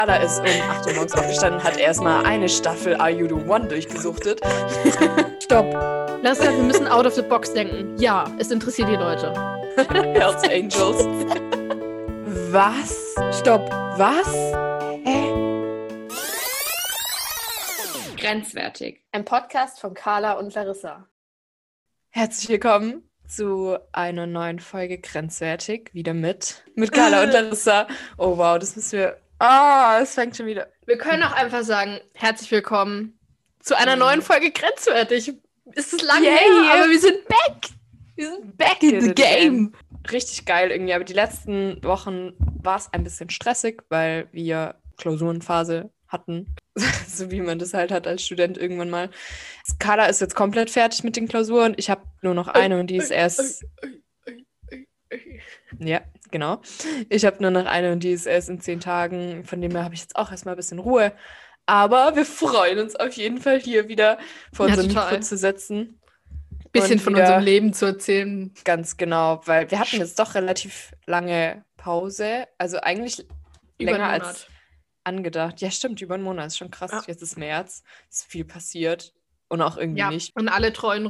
Carla ist um 8 Uhr morgens aufgestanden, hat erstmal eine Staffel Are You The One durchgesuchtet. Stopp. Lass wir müssen out of the box denken. Ja, es interessiert die Leute. Hells Angels. Was? Stopp. Was? Grenzwertig. Ein Podcast von Carla und Larissa. Herzlich willkommen zu einer neuen Folge Grenzwertig. Wieder mit Carla und Larissa. Oh wow, das müssen wir... es fängt schon wieder... Wir können auch einfach sagen, herzlich willkommen zu einer neuen Folge Grenzwertig. Es ist lange her, aber wir sind back. Wir sind back in the game. Richtig geil irgendwie, aber die letzten Wochen war es ein bisschen stressig, weil wir Klausurenphase hatten, so wie man das halt hat als Student irgendwann mal. Carla ist jetzt komplett fertig mit den Klausuren. Ich habe nur noch eine und die ist erst... Ja, genau. Ich habe nur noch eine und die ist erst in 10 Tagen. Von dem her habe ich jetzt auch erstmal ein bisschen Ruhe. Aber wir freuen uns auf jeden Fall, hier wieder vor unserem Mikro zu sitzen. Bisschen von unserem Leben zu erzählen. Ganz genau, weil wir hatten jetzt doch relativ lange Pause. Also eigentlich länger als angedacht. Ja, stimmt, über einen Monat. Ist schon krass. Ja. Jetzt ist März. Ist viel passiert. Und auch irgendwie nicht. Und alle treuen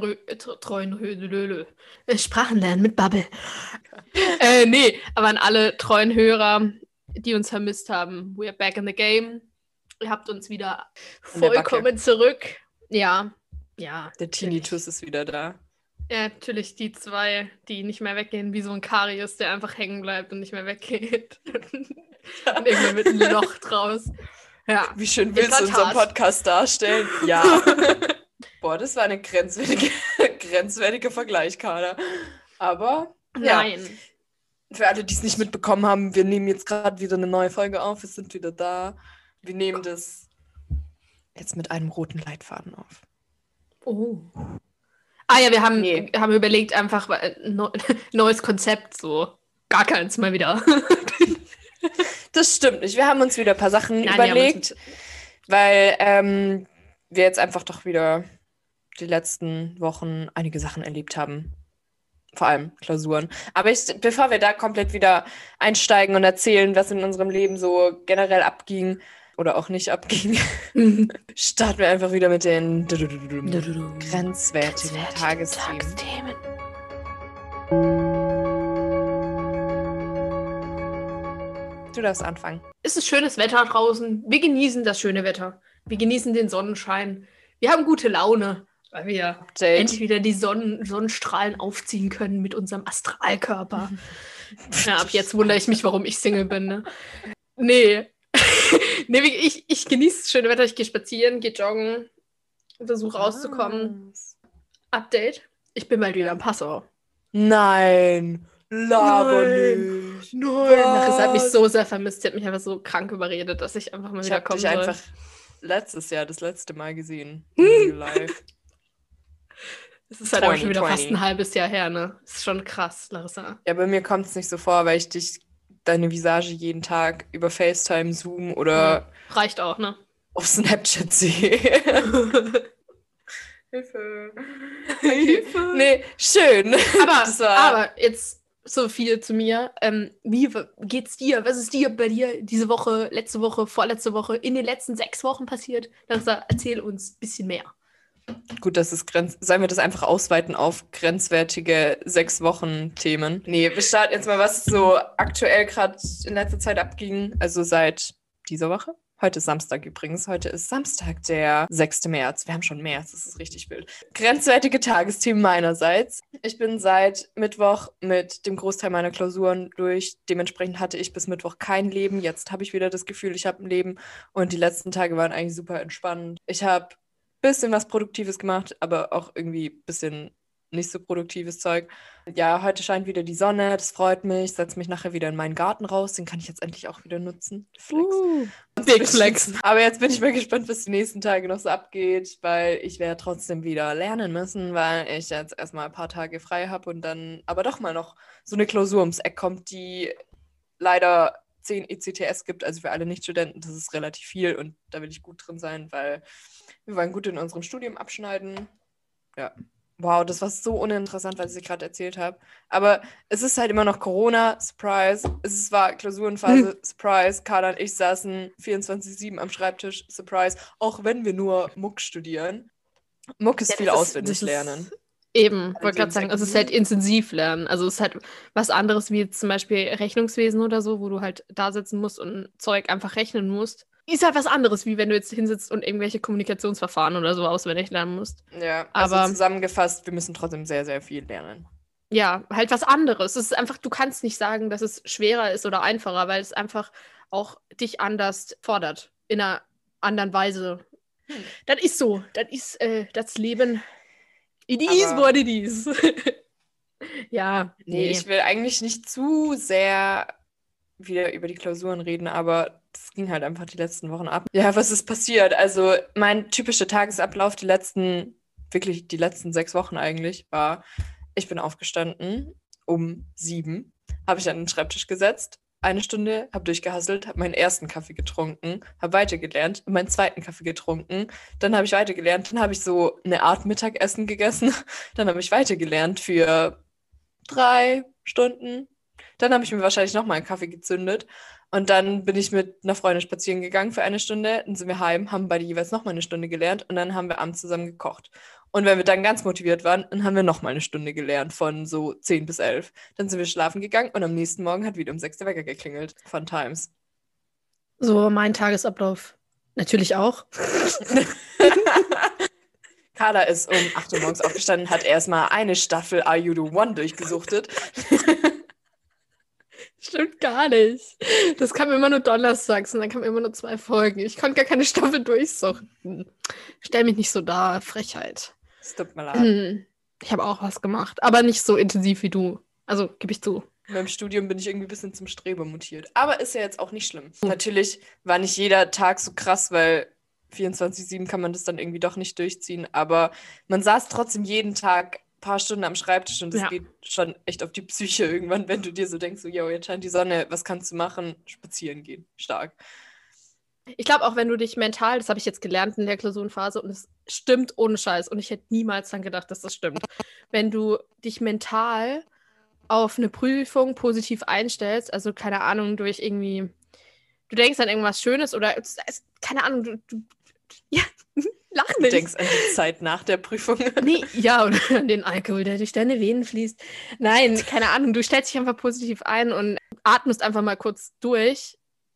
Sprachen lernen mit Bubble. Nee, aber an alle treuen Hörer, die uns vermisst haben. We are back in the game. Ihr habt uns wieder vollkommen zurück. Ja. Der Tinnitus ist wieder da. Ja, natürlich die zwei, die nicht mehr weggehen, wie so ein Karius, der einfach hängen bleibt und nicht mehr weggeht. Und irgendwann mit einem Loch draus. Ja. Wie schön willst du unseren Podcast darstellen? Ja. Boah, das war eine grenzwertige Vergleich, Carla. Aber, nein. Für alle, die es nicht mitbekommen haben, wir nehmen jetzt gerade wieder eine neue Folge auf. Wir sind wieder da. Wir nehmen das jetzt mit einem roten Leitfaden auf. Oh. Ja, wir haben überlegt, einfach neues Konzept, so. Gar keins mal wieder. Das stimmt nicht. Wir haben uns wieder ein paar Sachen überlegt, weil wir jetzt einfach doch wieder die letzten Wochen einige Sachen erlebt haben. Vor allem Klausuren. Aber bevor wir da komplett wieder einsteigen und erzählen, was in unserem Leben so generell abging oder auch nicht abging, starten wir einfach wieder mit den grenzwertigen Tagesthemen. Du darfst anfangen. Es ist schönes Wetter draußen. Wir genießen das schöne Wetter. Wir genießen den Sonnenschein. Wir haben gute Laune, weil wir endlich wieder die Sonnenstrahlen aufziehen können mit unserem Astralkörper. Ja, ab jetzt wundere ich mich, warum ich Single bin. Ne? Nee, ich genieße das schöne Wetter. Ich gehe spazieren, gehe joggen, versuche rauszukommen. Update, ich bin bald wieder in Passau. Nein, laber nicht. Nein. Larissa hat mich so sehr vermisst. Sie hat mich einfach so krank überredet, dass ich einfach mal wieder kommen soll. Ich habe dich einfach letztes Jahr das letzte Mal gesehen. Live. Das ist halt auch schon wieder fast ein halbes Jahr her, ne? Das ist schon krass, Larissa. Ja, bei mir kommt es nicht so vor, weil ich deine Visage jeden Tag über FaceTime, Zoom oder reicht auch, ne? Auf Snapchat sehe. Hilfe. Nee, schön. Aber jetzt so viel zu mir. Wie geht's dir? Was ist dir bei dir diese Woche, letzte Woche, vorletzte Woche, in den letzten 6 Wochen passiert? Larissa, erzähl uns ein bisschen mehr. Gut, sollen wir das einfach ausweiten auf grenzwertige 6-Wochen-Themen? Nee, wir starten jetzt mal, was so aktuell gerade in letzter Zeit abging. Also seit dieser Woche. Heute ist Samstag übrigens. Heute ist Samstag, der 6. März. Wir haben schon März, das ist richtig wild. Grenzwertige Tagesthemen meinerseits. Ich bin seit Mittwoch mit dem Großteil meiner Klausuren durch. Dementsprechend hatte ich bis Mittwoch kein Leben. Jetzt habe ich wieder das Gefühl, ich habe ein Leben. Und die letzten Tage waren eigentlich super entspannend. Ich habe bisschen was Produktives gemacht, aber auch irgendwie ein bisschen nicht so produktives Zeug. Ja, heute scheint wieder die Sonne, das freut mich. Setze mich nachher wieder in meinen Garten raus, den kann ich jetzt endlich auch wieder nutzen. Flex. Big Flex. Aber jetzt bin ich mal gespannt, was die nächsten Tage noch so abgeht, weil ich werde trotzdem wieder lernen müssen, weil ich jetzt erstmal ein paar Tage frei habe und dann aber doch mal noch so eine Klausur ums Eck kommt, die leider 10 ECTS gibt, also für alle Nicht-Studenten, das ist relativ viel und da will ich gut drin sein, weil wir wollen gut in unserem Studium abschneiden. Ja, Wow, das war so uninteressant, was ich gerade erzählt habe. Aber es ist halt immer noch Corona, Surprise. War Klausurenphase, Surprise. Carla und ich saßen 24/7 am Schreibtisch, Surprise. Auch wenn wir nur Muck studieren. Muck ist viel auswendig lernen. Eben, wollte gerade sagen, es ist halt intensiv lernen. Also es ist halt was anderes wie zum Beispiel Rechnungswesen oder so, wo du halt da sitzen musst und Zeug einfach rechnen musst. Ist halt was anderes, wie wenn du jetzt hinsitzt und irgendwelche Kommunikationsverfahren oder so auswendig lernen musst. Ja, aber zusammengefasst, wir müssen trotzdem sehr, sehr viel lernen. Ja, halt was anderes. Es ist einfach, du kannst nicht sagen, dass es schwerer ist oder einfacher, weil es einfach auch dich anders fordert. In einer anderen Weise. Das ist so. Das ist das Leben. It is what it is. Ja. Nee, ich will eigentlich nicht zu sehr wieder über die Klausuren reden, aber das ging halt einfach die letzten Wochen ab. Ja, was ist passiert? Also mein typischer Tagesablauf die letzten 6 Wochen eigentlich war, ich bin aufgestanden um 7, habe ich an den Schreibtisch gesetzt, 1 Stunde, habe durchgehasselt, habe meinen ersten Kaffee getrunken, habe weitergelernt, meinen zweiten Kaffee getrunken, dann habe ich weitergelernt, dann habe ich so eine Art Mittagessen gegessen, dann habe ich weitergelernt für 3 Stunden, dann habe ich mir wahrscheinlich nochmal einen Kaffee gezündet und dann bin ich mit einer Freundin spazieren gegangen für 1 Stunde, dann sind wir heim, haben beide jeweils nochmal 1 Stunde gelernt und dann haben wir abends zusammen gekocht. Und wenn wir dann ganz motiviert waren, dann haben wir nochmal 1 Stunde gelernt, von so 10 bis 11. Dann sind wir schlafen gegangen und am nächsten Morgen hat wieder um 6 der Wecker geklingelt. Fun times. So mein Tagesablauf. Natürlich auch. Carla ist um 8 Uhr morgens aufgestanden, hat erstmal eine Staffel Are You the One durchgesuchtet. Stimmt gar nicht. Das kam immer nur donnerstags und dann kamen immer nur 2 Folgen. Ich konnte gar keine Staffel durchsuchten. Stell mich nicht so dar, Frechheit. Es tut mir leid. Ich habe auch was gemacht, aber nicht so intensiv wie du. Also, gebe ich zu. In meinem Studium bin ich irgendwie ein bisschen zum Streber mutiert. Aber ist ja jetzt auch nicht schlimm. Natürlich war nicht jeder Tag so krass, weil 24/7 kann man das dann irgendwie doch nicht durchziehen. Aber man saß trotzdem jeden Tag ein paar Stunden am Schreibtisch und das geht schon echt auf die Psyche irgendwann, wenn du dir so denkst, so, yo, jetzt scheint die Sonne, was kannst du machen? Spazieren gehen. Stark. Ich glaube auch, wenn du dich mental, das habe ich jetzt gelernt in der Klausurenphase und es stimmt ohne Scheiß und ich hätte niemals dann gedacht, dass das stimmt. Wenn du dich mental auf eine Prüfung positiv einstellst, also keine Ahnung, durch irgendwie, du denkst an irgendwas Schönes oder, keine Ahnung, ja, lach nicht. Du denkst an die Zeit nach der Prüfung. Nee, ja, oder an den Alkohol, der durch deine Venen fließt. Nein, keine Ahnung, du stellst dich einfach positiv ein und atmest einfach mal kurz durch.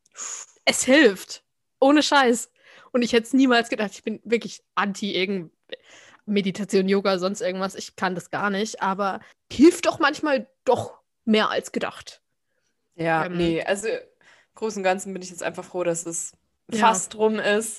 Es hilft. Ohne Scheiß. Und ich hätte es niemals gedacht, ich bin wirklich anti Meditation, Yoga, sonst irgendwas. Ich kann das gar nicht, aber hilft doch manchmal doch mehr als gedacht. Ja, nee, also im Großen und Ganzen bin ich jetzt einfach froh, dass es fast rum ist.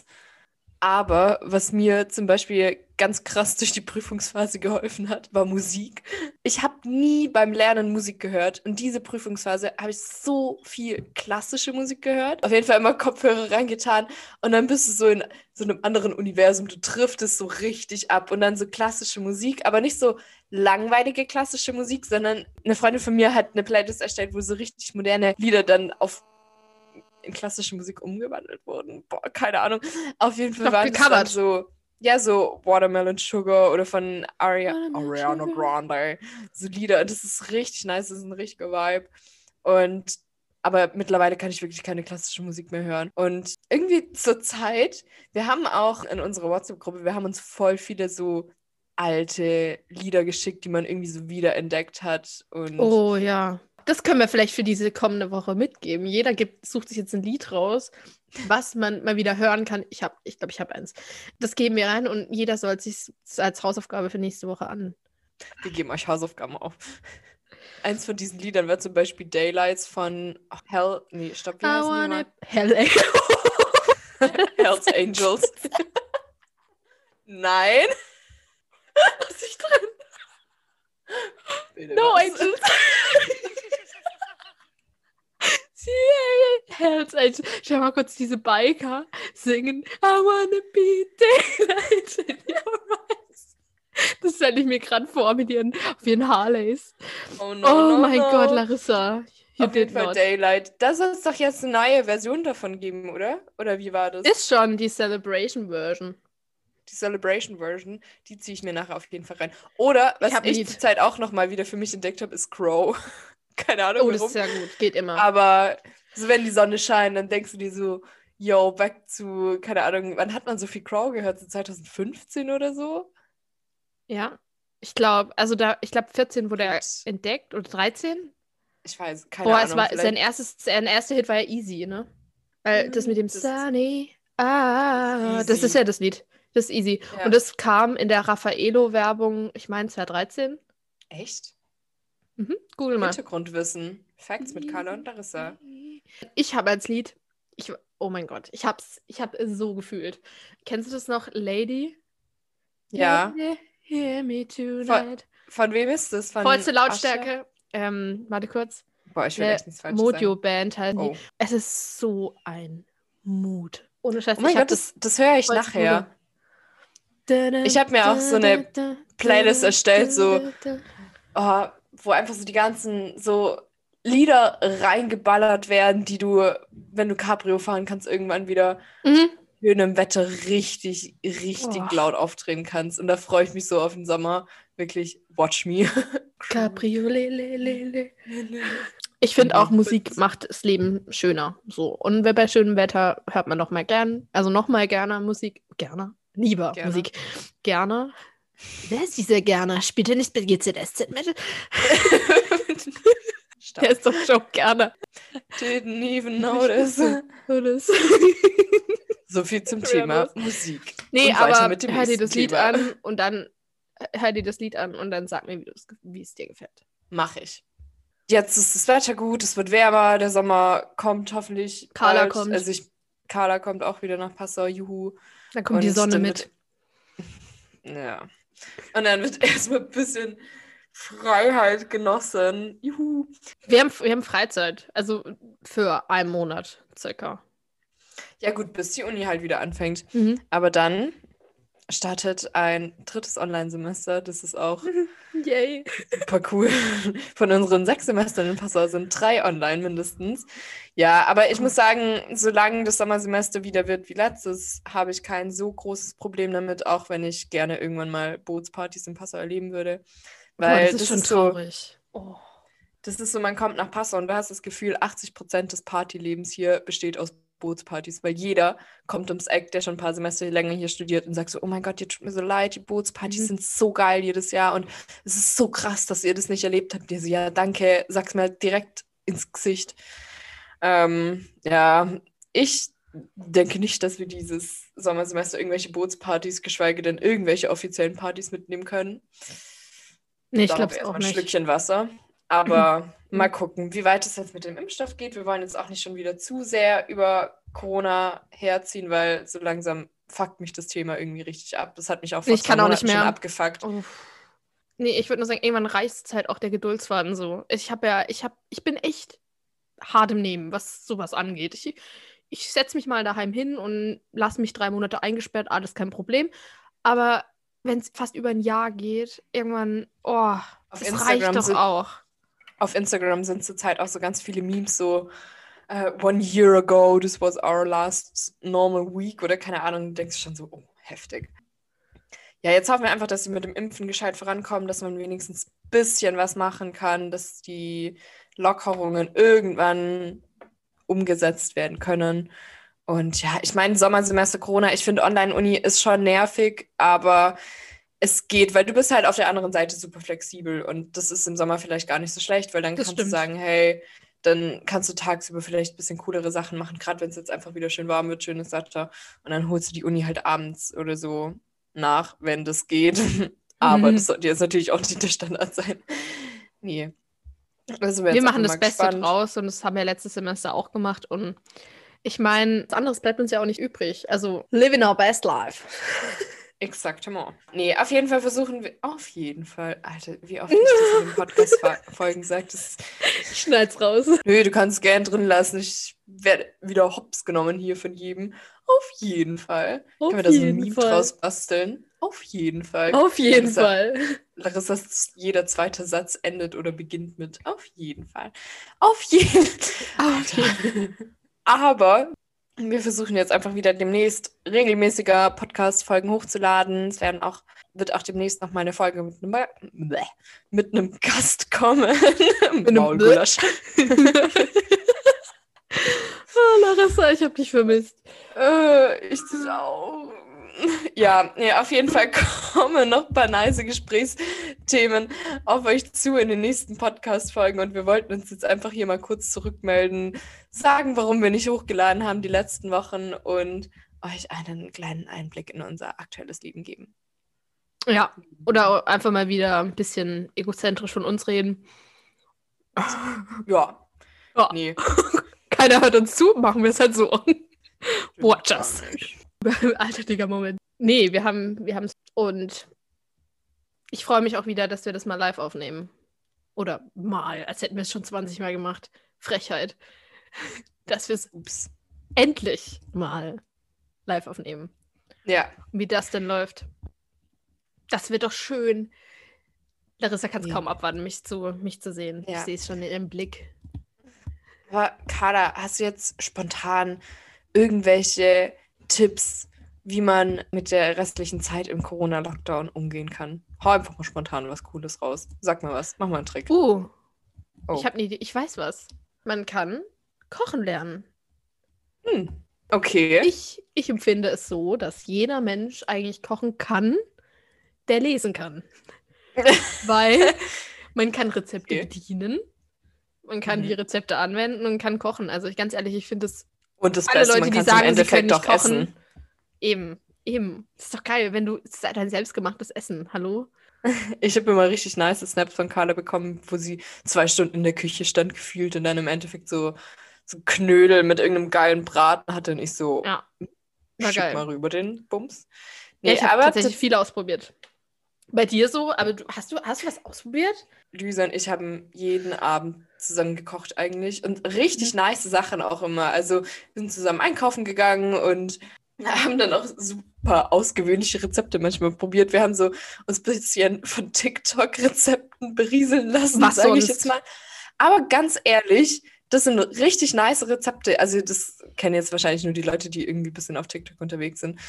Aber was mir zum Beispiel ganz krass durch die Prüfungsphase geholfen hat, war Musik. Ich habe nie beim Lernen Musik gehört und diese Prüfungsphase habe ich so viel klassische Musik gehört. Auf jeden Fall immer Kopfhörer reingetan und dann bist du so in so einem anderen Universum. Du driftest so richtig ab und dann so klassische Musik, aber nicht so langweilige klassische Musik, sondern eine Freundin von mir hat eine Playlist erstellt, wo so richtig moderne Lieder dann in klassische Musik umgewandelt wurden. Boah, keine Ahnung. Auf jeden Fall waren das dann so Watermelon Sugar oder von Ariana Grande. So Lieder. Und das ist richtig nice, das ist ein richtiger Vibe. Aber mittlerweile kann ich wirklich keine klassische Musik mehr hören. Und irgendwie zur Zeit, wir haben auch in unserer WhatsApp-Gruppe, wir haben uns voll viele so alte Lieder geschickt, die man irgendwie so wiederentdeckt hat. Oh ja. Das können wir vielleicht für diese kommende Woche mitgeben. Jeder sucht sich jetzt ein Lied raus, was man mal wieder hören kann. Ich glaube, ich habe eins. Das geben wir rein und jeder soll sich als Hausaufgabe für nächste Woche an. Wir geben euch Hausaufgaben auf. Eins von diesen Liedern wäre zum Beispiel Daylights von Hells Angels. Nein. Was ist drin? No Angels. Hells Angels. Schau mal kurz diese Biker singen. I wanna be daylight in your eyes. Das stelle ich mir gerade vor auf ihren Harleys. Oh mein Gott, Larissa. Auf jeden Fall Daylight. Da soll es doch jetzt eine neue Version davon geben, oder? Oder wie war das? Ist schon die Celebration-Version. die Celebration-Version, die ziehe ich mir nachher auf jeden Fall rein. Oder, was ich zur Zeit auch nochmal wieder für mich entdeckt habe, ist Crow. Keine Ahnung warum. Das ist ja gut, geht immer. Aber so, wenn die Sonne scheint, dann denkst du dir so, yo, back zu, keine Ahnung, wann hat man so viel Crow gehört? So 2015 oder so? Ja, ich glaube, 14 wurde er entdeckt oder 13? Ich weiß, keine Ahnung. Es war, sein erster Hit war ja Easy, ne? Weil das mit dem Sunny, das ist ja das Lied. Das ist Easy. Ja. Und das kam in der Raffaello-Werbung, ich meine 2013. Echt? Google mal. Hintergrundwissen. Facts mit Carla und Larissa. Ich habe als Lied, oh mein Gott, ich habe es so gefühlt. Kennst du das noch, Lady? Ja. Hear me tonight. Von wem ist das? Von vollste Lautstärke. Warte kurz. Boah, ich will echt nichts Falsches sagen. Mojo-Band halt. Oh. Es ist so ein Mut. Ohne Scheiß. Oh mein Gott, das höre ich nachher. Ich habe mir auch so eine Playlist erstellt, so, wo einfach so die ganzen so Lieder reingeballert werden, die du, wenn du Cabrio fahren kannst, irgendwann wieder in einem Wetter richtig laut aufdrehen kannst. Und da freue ich mich so auf den Sommer. Wirklich, watch me. Cabrio, Ich finde auch, Musik macht das Leben schöner. So. Und bei schönem Wetter hört man noch mal gerne Musik. Lieber Musik. Gerne. Wer ist dieser Gerne? Spielt er nicht bei GZSZ Metal? Der ist doch schon gerne. Didn't even notice. So viel zum Thema Musik. Nee, aber hör dir das Lied an und dann sag mir, wie es dir gefällt. Mach ich. Jetzt ist das Wetter gut, es wird wärmer, der Sommer kommt hoffentlich. Carla kommt. Carla kommt auch wieder nach Passau, juhu. Dann kommt die Sonne mit. Ja. Und dann wird erstmal ein bisschen Freiheit genossen. Juhu. Wir haben Freizeit, also für einen Monat circa. Ja gut, bis die Uni halt wieder anfängt. Aber dann startet ein 3. Online-Semester. Das ist auch Yay. Super cool. Von unseren 6 Semestern in Passau sind 3 online mindestens. Ja, aber ich muss sagen, solange das Sommersemester wieder wird wie letztes, habe ich kein so großes Problem damit, auch wenn ich gerne irgendwann mal Bootspartys in Passau erleben würde. Weil das ist schon traurig. Das ist so, man kommt nach Passau und du hast das Gefühl, 80% des Partylebens hier besteht aus Bootspartys, weil jeder kommt ums Eck, der schon ein paar Semester länger hier studiert und sagt so, oh mein Gott, ihr tut mir so leid, die Bootspartys sind so geil jedes Jahr und es ist so krass, dass ihr das nicht erlebt habt. Die so, ja, danke, sag's mir direkt ins Gesicht. Ja, ich denke nicht, dass wir dieses Sommersemester irgendwelche Bootspartys, geschweige denn irgendwelche offiziellen Partys mitnehmen können. Nee, ich glaube es auch ein nicht. Schlückchen Wasser. Aber mal gucken, wie weit es jetzt mit dem Impfstoff geht. Wir wollen jetzt auch nicht schon wieder zu sehr über Corona herziehen, weil so langsam fuckt mich das Thema irgendwie richtig ab. Das hat mich auch vor 2 Monaten schon abgefuckt. Nee, ich würde nur sagen, irgendwann reißt es halt auch der Geduldsfaden so. Ich bin echt hart im Nehmen, was sowas angeht. Ich setze mich mal daheim hin und lasse mich 3 Monate eingesperrt, alles kein Problem. Aber wenn es fast über ein Jahr geht, irgendwann, das reicht doch auch. Auf Instagram sind zurzeit auch so ganz viele Memes, so 1 year ago, this was our last normal week oder keine Ahnung, du denkst schon so, oh, heftig. Ja, jetzt hoffen wir einfach, dass sie mit dem Impfen gescheit vorankommen, dass man wenigstens ein bisschen was machen kann, dass die Lockerungen irgendwann umgesetzt werden können. Und ja, ich meine, Sommersemester Corona, ich finde Online-Uni ist schon nervig, aber es geht, weil du bist halt auf der anderen Seite super flexibel und das ist im Sommer vielleicht gar nicht so schlecht, weil dann kannst du sagen, hey, dann kannst du tagsüber vielleicht ein bisschen coolere Sachen machen, gerade wenn es jetzt einfach wieder schön warm wird, schönes Wetter und dann holst du die Uni halt abends oder so nach, wenn das geht. Aber das sollte jetzt natürlich auch nicht der Standard sein. Nee. Also wir machen das Beste draus und das haben wir letztes Semester auch gemacht und ich meine, was anderes bleibt uns ja auch nicht übrig. Also, living our best life. Exaktement. Nee, auf jeden Fall versuchen wir, auf jeden Fall, Alter, wie oft ich das in den Podcast-Folgen sage, ich schneid's raus. Nö, du kannst es gern drin lassen, ich werde wieder hops genommen hier von jedem. Auf jeden Fall. Können wir da so ein Meme draus basteln? Auf jeden Fall. Auf jeden Fall. Larissas jeder zweite Satz endet oder beginnt mit auf jeden Fall. Auf jeden Fall. Aber Wir versuchen jetzt einfach wieder demnächst regelmäßiger Podcast-Folgen hochzuladen. Wird auch demnächst noch mal eine Folge mit einem Gast kommen. Mit einem Maulgulasch. Oh, Larissa, ich hab dich vermisst. Ich das auch. Ja, nee, auf jeden Fall kommen noch ein paar nice Gesprächsthemen auf euch zu in den nächsten Podcast-Folgen und wir wollten uns jetzt einfach hier mal kurz zurückmelden, sagen, warum wir nicht hochgeladen haben die letzten Wochen und euch einen kleinen Einblick in unser aktuelles Leben geben. Ja, oder einfach mal wieder ein bisschen egozentrisch von uns reden. Ja. Ja. Nee. Keiner hört uns zu, machen wir es halt so. Watch us. Alter, Digga, Moment. Nee, wir haben es. Und ich freue mich auch wieder, dass wir das mal live aufnehmen. Oder mal, als hätten wir es schon 20 Mal gemacht. Frechheit. Dass wir es endlich mal live aufnehmen. Ja. Wie das denn läuft. Das wird doch schön. Larissa kann es kaum abwarten, mich zu sehen. Ja. Ich sehe es schon in ihrem Blick. Aber Carla, hast du jetzt spontan irgendwelche Tipps, wie man mit der restlichen Zeit im Corona-Lockdown umgehen kann? Hau einfach mal spontan was Cooles raus. Sag mal was. Mach mal einen Trick. Ich habe eine Idee. Ich weiß was. Man kann kochen lernen. Okay. Ich empfinde es so, dass jeder Mensch eigentlich kochen kann, der lesen kann. Weil man kann Rezepte bedienen. Man kann die Rezepte anwenden und kann kochen. Also ganz ehrlich, ich finde es. Und das alle Beste, Leute, man die kann sagen, im sie können Endeffekt nicht auch kochen. Essen. Eben. Das ist doch geil, wenn du. Es ist dein selbstgemachtes Essen. Hallo? Ich habe immer richtig nice Snaps von Carla bekommen, wo sie 2 Stunden in der Küche stand gefühlt und dann im Endeffekt so Knödel mit irgendeinem geilen Braten hatte und ich so, ja, war schick geil. mal rüber den Bums. Nee, ja, ich habe tatsächlich viel ausprobiert. Bei dir so? Aber hast du was ausprobiert? Lisa und ich haben jeden Abend zusammen gekocht eigentlich und richtig nice Sachen auch immer. Also wir sind zusammen einkaufen gegangen und haben dann auch super ausgewöhnliche Rezepte manchmal probiert. Wir haben so uns ein bisschen von TikTok-Rezepten berieseln lassen, sage ich jetzt mal. Aber ganz ehrlich, das sind richtig nice Rezepte. Also das kennen jetzt wahrscheinlich nur die Leute, die irgendwie ein bisschen auf TikTok unterwegs sind.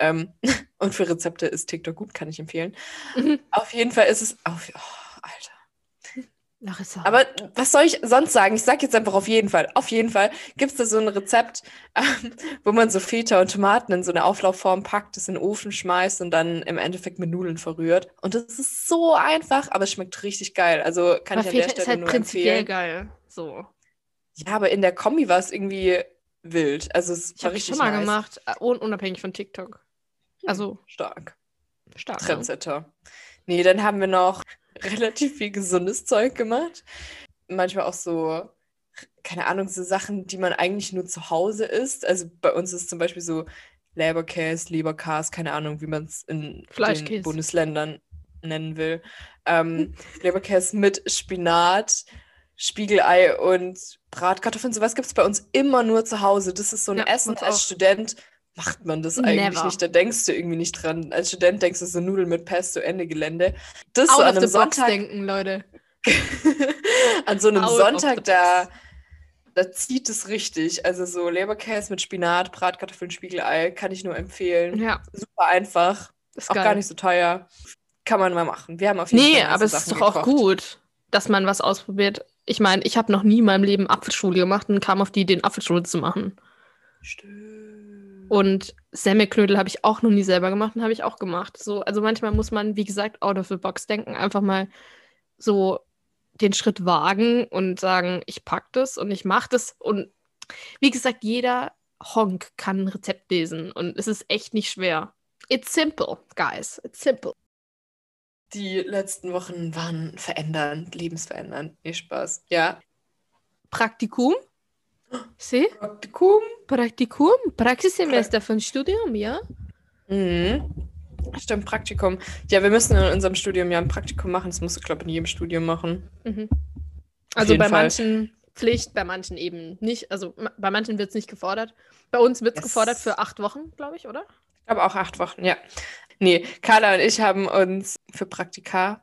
Und für Rezepte ist TikTok gut, kann ich empfehlen. Auf jeden Fall ist es... Alter. Larissa. Aber was soll ich sonst sagen? Ich sag jetzt einfach auf jeden Fall. Auf jeden Fall gibt es da so ein Rezept, wo man so Feta und Tomaten in so eine Auflaufform packt, das in den Ofen schmeißt und dann im Endeffekt mit Nudeln verrührt. Und das ist so einfach, aber es schmeckt richtig geil. Also kann ich an der Stelle ist halt nur prinzipiell empfehlen. Geil. So. Ja, aber in der Kombi war es irgendwie wild. Also es war richtig schon mal gemacht, unabhängig von TikTok. Also stark. Stark. Trendsetter. Ne? Nee, dann haben wir noch relativ viel gesundes Zeug gemacht. Manchmal auch so, keine Ahnung, so Sachen, die man eigentlich nur zu Hause isst. Also bei uns ist zum Beispiel so Leberkäse, Leberkas, keine Ahnung, wie man es in den Bundesländern nennen will. Leberkäse mit Spinat, Spiegelei und Bratkartoffeln. Sowas gibt es bei uns immer nur zu Hause. Das ist so ein Essen als Student. Macht man das eigentlich nicht? Da denkst du irgendwie nicht dran. Als Student denkst du so Nudeln mit Pesto, Ende Gelände. Das Out so an einem Sonntag denken, Leute. An so einem Sonntag, da zieht es richtig. Also so Leberkäse mit Spinat, Bratkartoffeln, Spiegelei, kann ich nur empfehlen. Ja. Super einfach. Ist auch geil. Gar nicht so teuer. Kann man mal machen. Wir haben auf jeden Fall aber es ist doch auch gut, dass man was ausprobiert. Ich meine, ich habe noch nie in meinem Leben Apfelschule gemacht und kam auf die Idee, Apfelschule zu machen. Stimmt. Und Semmelknödel habe ich auch noch nie selber gemacht und habe ich auch gemacht. So, also manchmal muss man, wie gesagt, out of the box denken, einfach mal so den Schritt wagen und sagen, ich pack das und ich mache das. Und wie gesagt, jeder Honk kann ein Rezept lesen und es ist echt nicht schwer. It's simple, guys. It's simple. Die letzten Wochen waren verändernd, lebensverändernd. Nee, Spaß. Ja. Praktikum? Sie? Praktikum? Praxissemester von Studium, ja? Stimmt, Praktikum. Ja, wir müssen in unserem Studium ja ein Praktikum machen. Das musst du, glaube ich, in jedem Studium machen. Also bei manchen Pflicht, bei manchen eben nicht. Also bei manchen wird es nicht gefordert. Bei uns wird es gefordert für 8 Wochen, glaube ich, oder? Ich glaube auch 8 Wochen, ja. Nee, Carla und ich haben uns für Praktika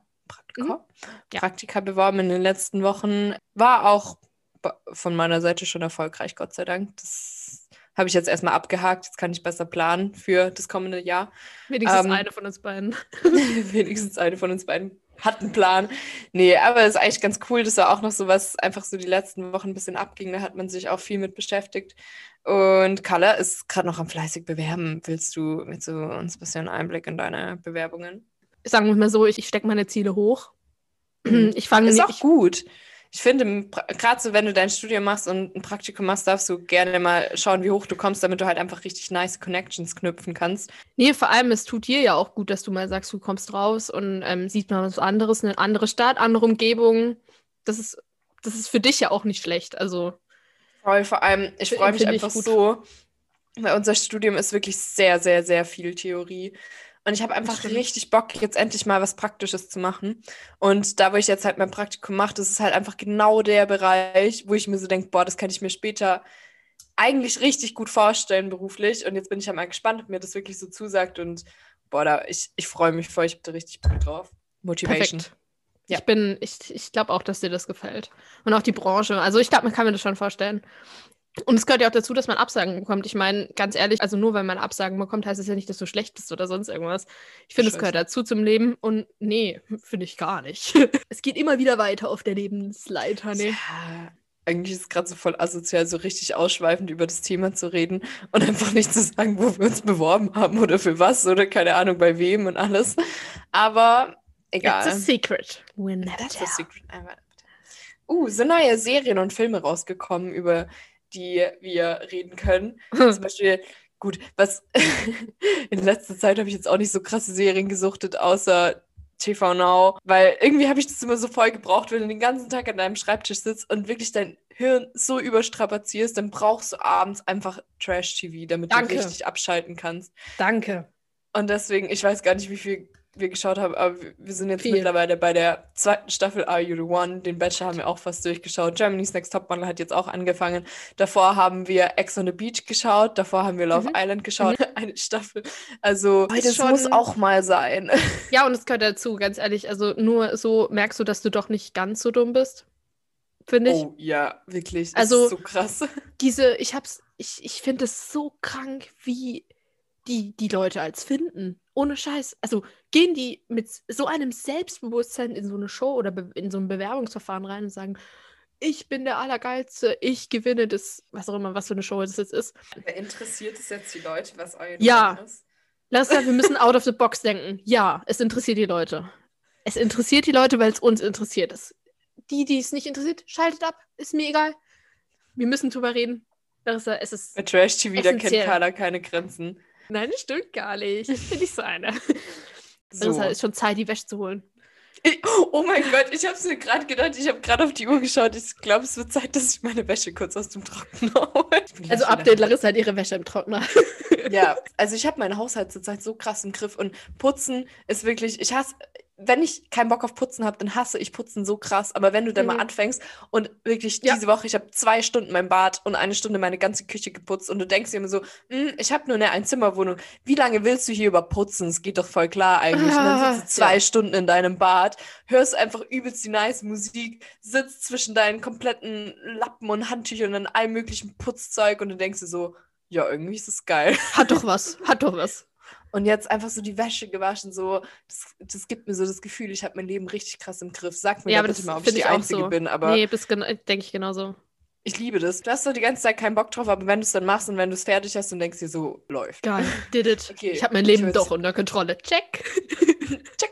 beworben in den letzten Wochen. War auch von meiner Seite schon erfolgreich, Gott sei Dank. Das habe ich jetzt erstmal abgehakt. Jetzt kann ich besser planen für das kommende Jahr. Wenigstens eine von uns beiden. Wenigstens eine von uns beiden hat einen Plan. Nee, aber es ist eigentlich ganz cool. Das war auch noch so was, einfach so die letzten Wochen ein bisschen abging. Da hat man sich auch viel mit beschäftigt. Und Carla ist gerade noch am fleißig bewerben. Willst du uns ein bisschen Einblick in deine Bewerbungen? Sagen wir mal so, ich stecke meine Ziele hoch. Ich fange Ist auch gut. Ich finde, gerade so, wenn du dein Studium machst und ein Praktikum machst, darfst du gerne mal schauen, wie hoch du kommst, damit du halt einfach richtig nice Connections knüpfen kannst. Nee, vor allem, es tut dir ja auch gut, dass du mal sagst, du kommst raus und siehst mal was anderes, eine andere Stadt, andere Umgebung. Das ist für dich ja auch nicht schlecht. Also Voll, vor allem, ich freue mich einfach so, weil unser Studium ist wirklich sehr, sehr, sehr viel Theorie. Und ich habe einfach richtig Bock, jetzt endlich mal was Praktisches zu machen. Und da, wo ich jetzt halt mein Praktikum mache, das ist halt einfach genau der Bereich, wo ich mir so denke, boah, das kann ich mir später eigentlich richtig gut vorstellen beruflich. Und jetzt bin ich ja mal gespannt, ob mir das wirklich so zusagt. Und boah, ich freue mich voll, ich habe da richtig Bock drauf. Motivation. Perfekt. Ja. Ich glaube auch, dass dir das gefällt. Und auch die Branche. Also ich glaube, man kann mir das schon vorstellen. Und es gehört ja auch dazu, dass man Absagen bekommt. Ich meine, ganz ehrlich, also nur weil man Absagen bekommt, heißt es ja nicht, dass du schlecht bist oder sonst irgendwas. Ich finde, es gehört dazu zum Leben und nee, finde ich gar nicht. Es geht immer wieder weiter auf der Lebensleiter, ne? Ja, eigentlich ist es gerade so voll asozial, so richtig ausschweifend über das Thema zu reden und einfach nicht zu sagen, wo wir uns beworben haben oder für was oder keine Ahnung, bei wem und alles. Aber egal. That's a secret. We'll never That's tell. a secret. Sind neue Serien und Filme rausgekommen, über die wir reden können. Zum Beispiel, gut, was in letzter Zeit habe ich jetzt auch nicht so krasse Serien gesuchtet, außer TV Now, weil irgendwie habe ich das immer so voll gebraucht, wenn du den ganzen Tag an deinem Schreibtisch sitzt und wirklich dein Hirn so überstrapazierst, dann brauchst du abends einfach Trash-TV, damit du richtig abschalten kannst. Danke. Und deswegen, ich weiß gar nicht, wie viel wir geschaut haben, aber wir sind jetzt mittlerweile bei der 2. Staffel Are You the One? Den Bachelor haben wir auch fast durchgeschaut. Germany's Next Topmodel hat jetzt auch angefangen. Davor haben wir Ex on the Beach geschaut. Davor haben wir Love Island geschaut. Eine Staffel. Also, das muss auch mal sein. Ja, und es gehört dazu, ganz ehrlich. Also, nur so merkst du, dass du doch nicht ganz so dumm bist. Finde ich. Oh, ja, wirklich. Das ist so krass. Ich finde es so krank, wie die Leute als finden. Ohne Scheiß. Also gehen die mit so einem Selbstbewusstsein in so eine Show oder in so ein Bewerbungsverfahren rein und sagen, ich bin der Allergeilste, ich gewinne das, was auch immer, was für eine Show das jetzt ist. Wer interessiert es jetzt die Leute, was euer Plan ist? Lass wir müssen out of the box denken. Ja, es interessiert die Leute. Es interessiert die Leute, weil es uns interessiert. Die es nicht interessiert, schaltet ab. Ist mir egal. Wir müssen drüber reden. Larissa, es ist bei Trash-TV, da kennt Carla keine Grenzen. Nein, das stimmt gar nicht. Ich bin nicht so eine. Larissa, ist schon Zeit, die Wäsche zu holen. Oh mein Gott, ich habe es mir gerade gedacht, ich habe gerade auf die Uhr geschaut. Ich glaube, es wird Zeit, dass ich meine Wäsche kurz aus dem Trockner hole. Also Update, Larissa hat ihre Wäsche im Trockner. Ja, also ich habe meinen Haushalt zurzeit so krass im Griff und Putzen ist wirklich, ich hasse, wenn ich keinen Bock auf Putzen habe, dann hasse ich Putzen so krass. Aber wenn du dann mal anfängst und wirklich diese Woche, ich habe 2 Stunden mein Bad und 1 Stunde meine ganze Küche geputzt und du denkst dir immer so, ich habe nur eine Einzimmerwohnung. Wie lange willst du hier überputzen? Es geht doch voll klar eigentlich. Und dann sitzt du 2 Stunden in deinem Bad, hörst einfach übelst die nice Musik, sitzt zwischen deinen kompletten Lappen und Handtüchern und allem möglichen Putzzeug und du denkst dir so, ja, irgendwie ist das geil. Hat doch was. Und jetzt einfach so die Wäsche gewaschen, so, das gibt mir so das Gefühl, ich habe mein Leben richtig krass im Griff. Sag mir bitte mal, ob ich die Einzige bin, aber... Nee, denke ich genauso. Ich liebe das. Du hast so die ganze Zeit keinen Bock drauf, aber wenn du es dann machst und wenn du es fertig hast, dann denkst du dir so, läuft. Geil, did it. Okay, ich habe mein Leben doch unter Kontrolle. Check. Check.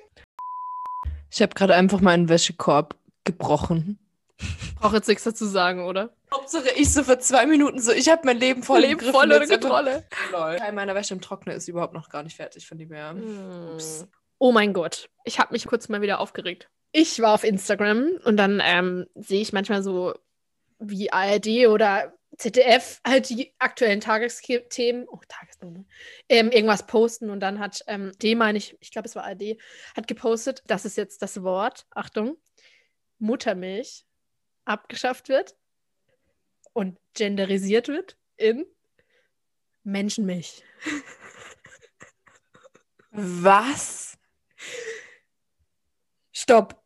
Ich habe gerade einfach meinen Wäschekorb gebrochen. Brauche jetzt nichts dazu sagen, oder? Hauptsache ich so für 2 Minuten so, ich habe mein Leben voll im Griff. Voll unter Kontrolle. Teil meiner Wäsche im Trockner ist überhaupt noch gar nicht fertig, von dem her. Ups. Oh mein Gott. Ich habe mich kurz mal wieder aufgeregt. Ich war auf Instagram und dann sehe ich manchmal so wie ARD oder ZDF halt die aktuellen Tagesthemen, irgendwas posten und dann hat ich glaube es war ARD, hat gepostet, dass es jetzt das Wort, Achtung, Muttermilch abgeschafft wird und genderisiert wird in Menschenmilch. Was? Stopp.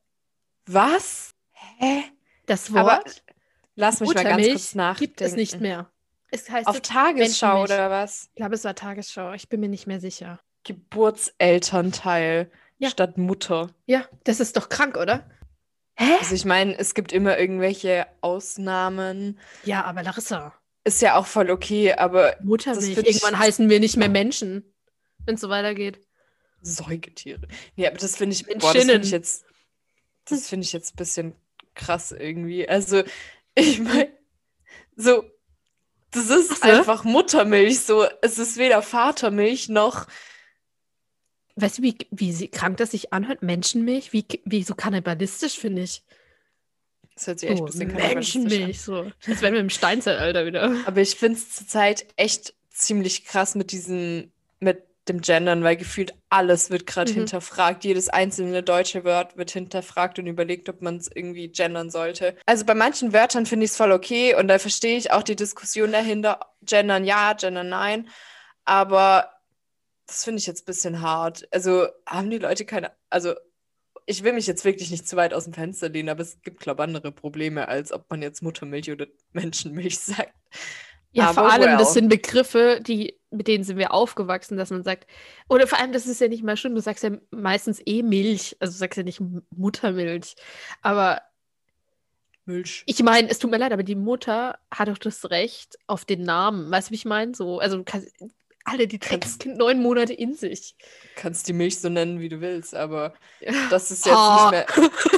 Was? Hä? Das Wort lass mich mal ganz kurz nachdenken. Gibt es nicht mehr. Es heißt Auf Tagesschau Menschenmilch. oder was? Ich glaube, es war Tagesschau. Ich bin mir nicht mehr sicher. Geburtselternteil Ja. statt Mutter. Ja, das ist doch krank, oder? Hä? Also ich meine, es gibt immer irgendwelche Ausnahmen. Ja, aber Larissa, Ist ja auch voll okay, aber das Muttermilch. finde ich Irgendwann heißen wir nicht mehr Menschen, wenn es so weitergeht. Säugetiere. Nee, aber das finde ich, Menschinnen. das finde ich jetzt ein bisschen krass irgendwie. Also, ich meine, so, das ist Was, ne? einfach Muttermilch, so, es ist weder Vatermilch noch. Weißt du, wie krank das sich anhört? Menschenmilch? Wie so kannibalistisch, finde ich. Das hört sich echt ein bisschen kannibalistisch Menschenmilch, so. Als wären wir im Steinzeitalter wieder. Aber ich finde es zurzeit echt ziemlich krass mit dem Gendern, weil gefühlt alles wird gerade hinterfragt. Jedes einzelne deutsche Wort wird hinterfragt und überlegt, ob man es irgendwie gendern sollte. Also bei manchen Wörtern finde ich es voll okay und da verstehe ich auch die Diskussion dahinter. Gendern ja, gendern nein. Aber das finde ich jetzt ein bisschen hart. Also haben die Leute also ich will mich jetzt wirklich nicht zu weit aus dem Fenster lehnen, aber es gibt, glaube ich, andere Probleme, als ob man jetzt Muttermilch oder Menschenmilch sagt. Ja, Aber vor allem, well. das sind Begriffe, mit denen sind wir aufgewachsen, dass man sagt, oder vor allem, das ist ja nicht mal schlimm, du sagst ja meistens Milch, also du sagst ja nicht Muttermilch, aber Milch. ich meine, es tut mir leid, aber die Mutter hat doch das Recht auf den Namen, weißt du, wie ich meine? So, also du kannst, die trägt das Kind 9 Monate in sich. Kannst die Milch so nennen, wie du willst, aber Ja. das ist jetzt nicht mehr...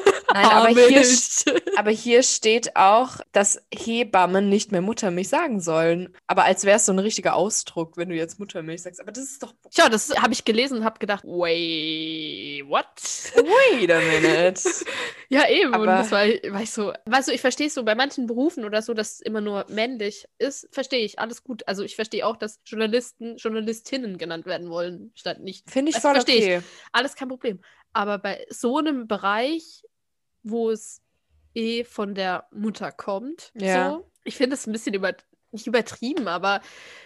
Nein, aber hier steht auch, dass Hebammen nicht mehr Muttermilch sagen sollen. Aber als wäre es so ein richtiger Ausdruck, wenn du jetzt Muttermilch sagst. Aber das ist doch... Ja, das habe ich gelesen und habe gedacht, wait, what? Wait a minute. Ja, eben. Aber und das war ich so, weißt du, ich verstehe es so, bei manchen Berufen oder so, dass es immer nur männlich ist, verstehe ich, alles gut. Also ich verstehe auch, dass Journalisten, Journalistinnen genannt werden wollen, statt nicht. finde ich Das voll verstehe okay. ich. Alles kein Problem. Aber bei so einem Bereich, wo es von der Mutter kommt, Ja. so, ich finde es ein bisschen nicht übertrieben, aber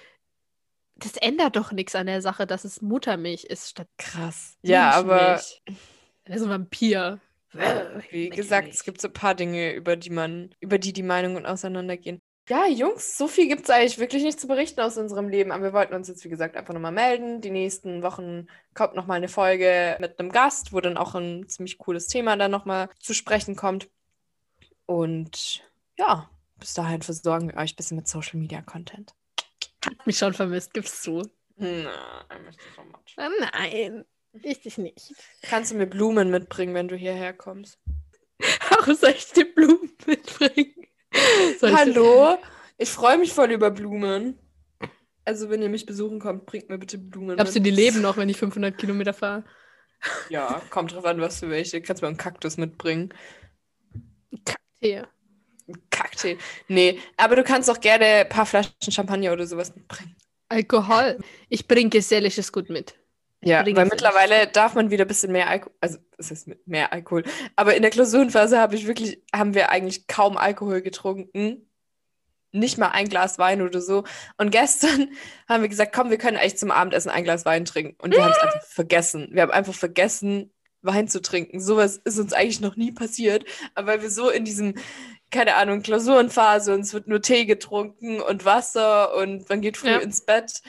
das ändert doch nichts an der Sache, dass es Muttermilch ist statt Krass. Ja, aber Er ist ein Vampir. wie gesagt, es gibt so ein paar Dinge, über die die Meinungen auseinandergehen. Ja, Jungs, so viel gibt es eigentlich wirklich nicht zu berichten aus unserem Leben. Aber wir wollten uns jetzt, wie gesagt, einfach nochmal melden. Die nächsten Wochen kommt nochmal eine Folge mit einem Gast, wo dann auch ein ziemlich cooles Thema dann nochmal zu sprechen kommt. Und ja, bis dahin versorgen wir euch ein bisschen mit Social Media Content. Hat mich schon vermisst, gibst du. Nein, I miss you so much. Nein, richtig nicht. Kannst du mir Blumen mitbringen, wenn du hierher kommst? Warum soll ich dir Blumen mitbringen? Hallo? Ich freue mich voll über Blumen. Also, wenn ihr mich besuchen kommt, bringt mir bitte Blumen Glaubst du, mit. die leben noch, wenn ich 500 Kilometer fahre? Ja, kommt drauf an, was für welche. Kannst mir einen Kaktus mitbringen. Kakteen. Kakteen. Nee, aber du kannst auch gerne ein paar Flaschen Champagner oder sowas mitbringen. Alkohol. Ich bringe geselliges Gut mit. Ja, weil mittlerweile darf man wieder ein bisschen mehr Alkohol, also es ist mit mehr Alkohol, aber in der Klausurenphase haben wir eigentlich kaum Alkohol getrunken. Nicht mal ein Glas Wein oder so. Und gestern haben wir gesagt, komm, wir können eigentlich zum Abendessen ein Glas Wein trinken. Und wir haben es einfach vergessen. Wir haben einfach vergessen, Wein zu trinken. Sowas ist uns eigentlich noch nie passiert. Aber weil wir so in diesem, keine Ahnung, Klausurenphase und es wird nur Tee getrunken und Wasser und man geht früh ins Bett,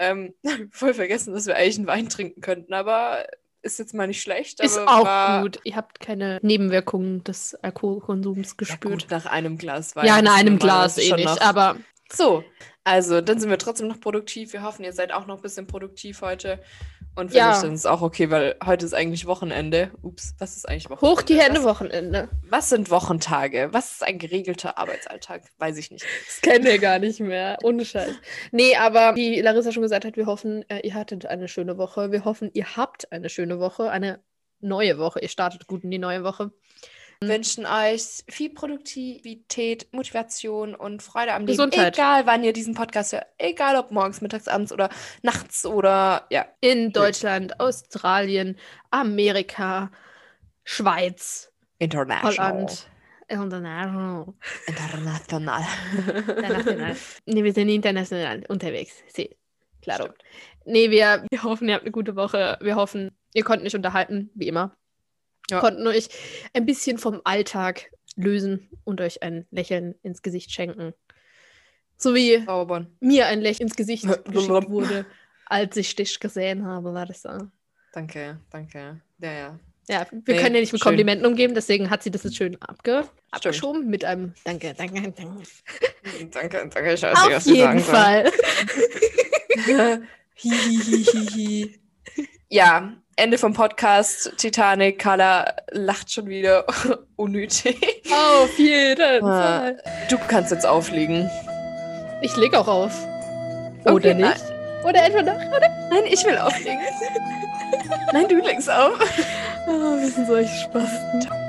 voll vergessen, dass wir eigentlich einen Wein trinken könnten. Aber ist jetzt mal nicht schlecht. Ist aber auch gut. Ihr habt keine Nebenwirkungen des Alkoholkonsums gespürt. Ja, gut, nach einem Glas Wein. Ja, in einem Glas nicht, aber... So, also dann sind wir trotzdem noch produktiv. Wir hoffen, ihr seid auch noch ein bisschen produktiv heute. Und wenn nicht, dann ist es auch okay, weil heute ist eigentlich Wochenende. Ups, was ist eigentlich Wochenende? Hoch die Hände, Wochenende. Was sind Wochentage? Was ist ein geregelter Arbeitsalltag? Weiß ich nicht. Das kennen wir gar nicht mehr. Ohne Scheiß. Nee, aber wie Larissa schon gesagt hat, wir hoffen, ihr hattet eine schöne Woche. Wir hoffen, ihr habt eine schöne Woche, eine neue Woche. Ihr startet gut in die neue Woche. Wünschen euch viel Produktivität, Motivation und Freude am Leben. Gesundheit. Egal, wann ihr diesen Podcast hört. Egal, ob morgens, mittags, abends oder nachts oder ja. In Deutschland, Australien, Amerika, Schweiz, Holland. International. Nee, wir sind international unterwegs. Sí, claro. Stimmt. Nee, wir hoffen, ihr habt eine gute Woche. Wir hoffen, ihr konntet mich unterhalten, wie immer. Ja. Konnten euch ein bisschen vom Alltag lösen und euch ein Lächeln ins Gesicht schenken. So wie Zaubern. mir ein Lächeln ins Gesicht geschickt wurde, als ich dich gesehen habe, war das so. Danke. Ja. Ja, wir können ja nicht mit Komplimenten umgehen, deswegen hat sie das jetzt schön abgeschoben mit einem Danke. Danke, ich weiß nicht, Auf was ich jeden sagen Fall. Hihihihi. Ja, Ende vom Podcast. Titanic, Carla lacht schon wieder unnötig. Auf jeden Fall. Du kannst jetzt auflegen. Ich leg auch auf. Okay, Oder nicht? Oder etwa doch? Oder? Nein, ich will auflegen. Nein, du legst auf. Wir sind solche Spasten.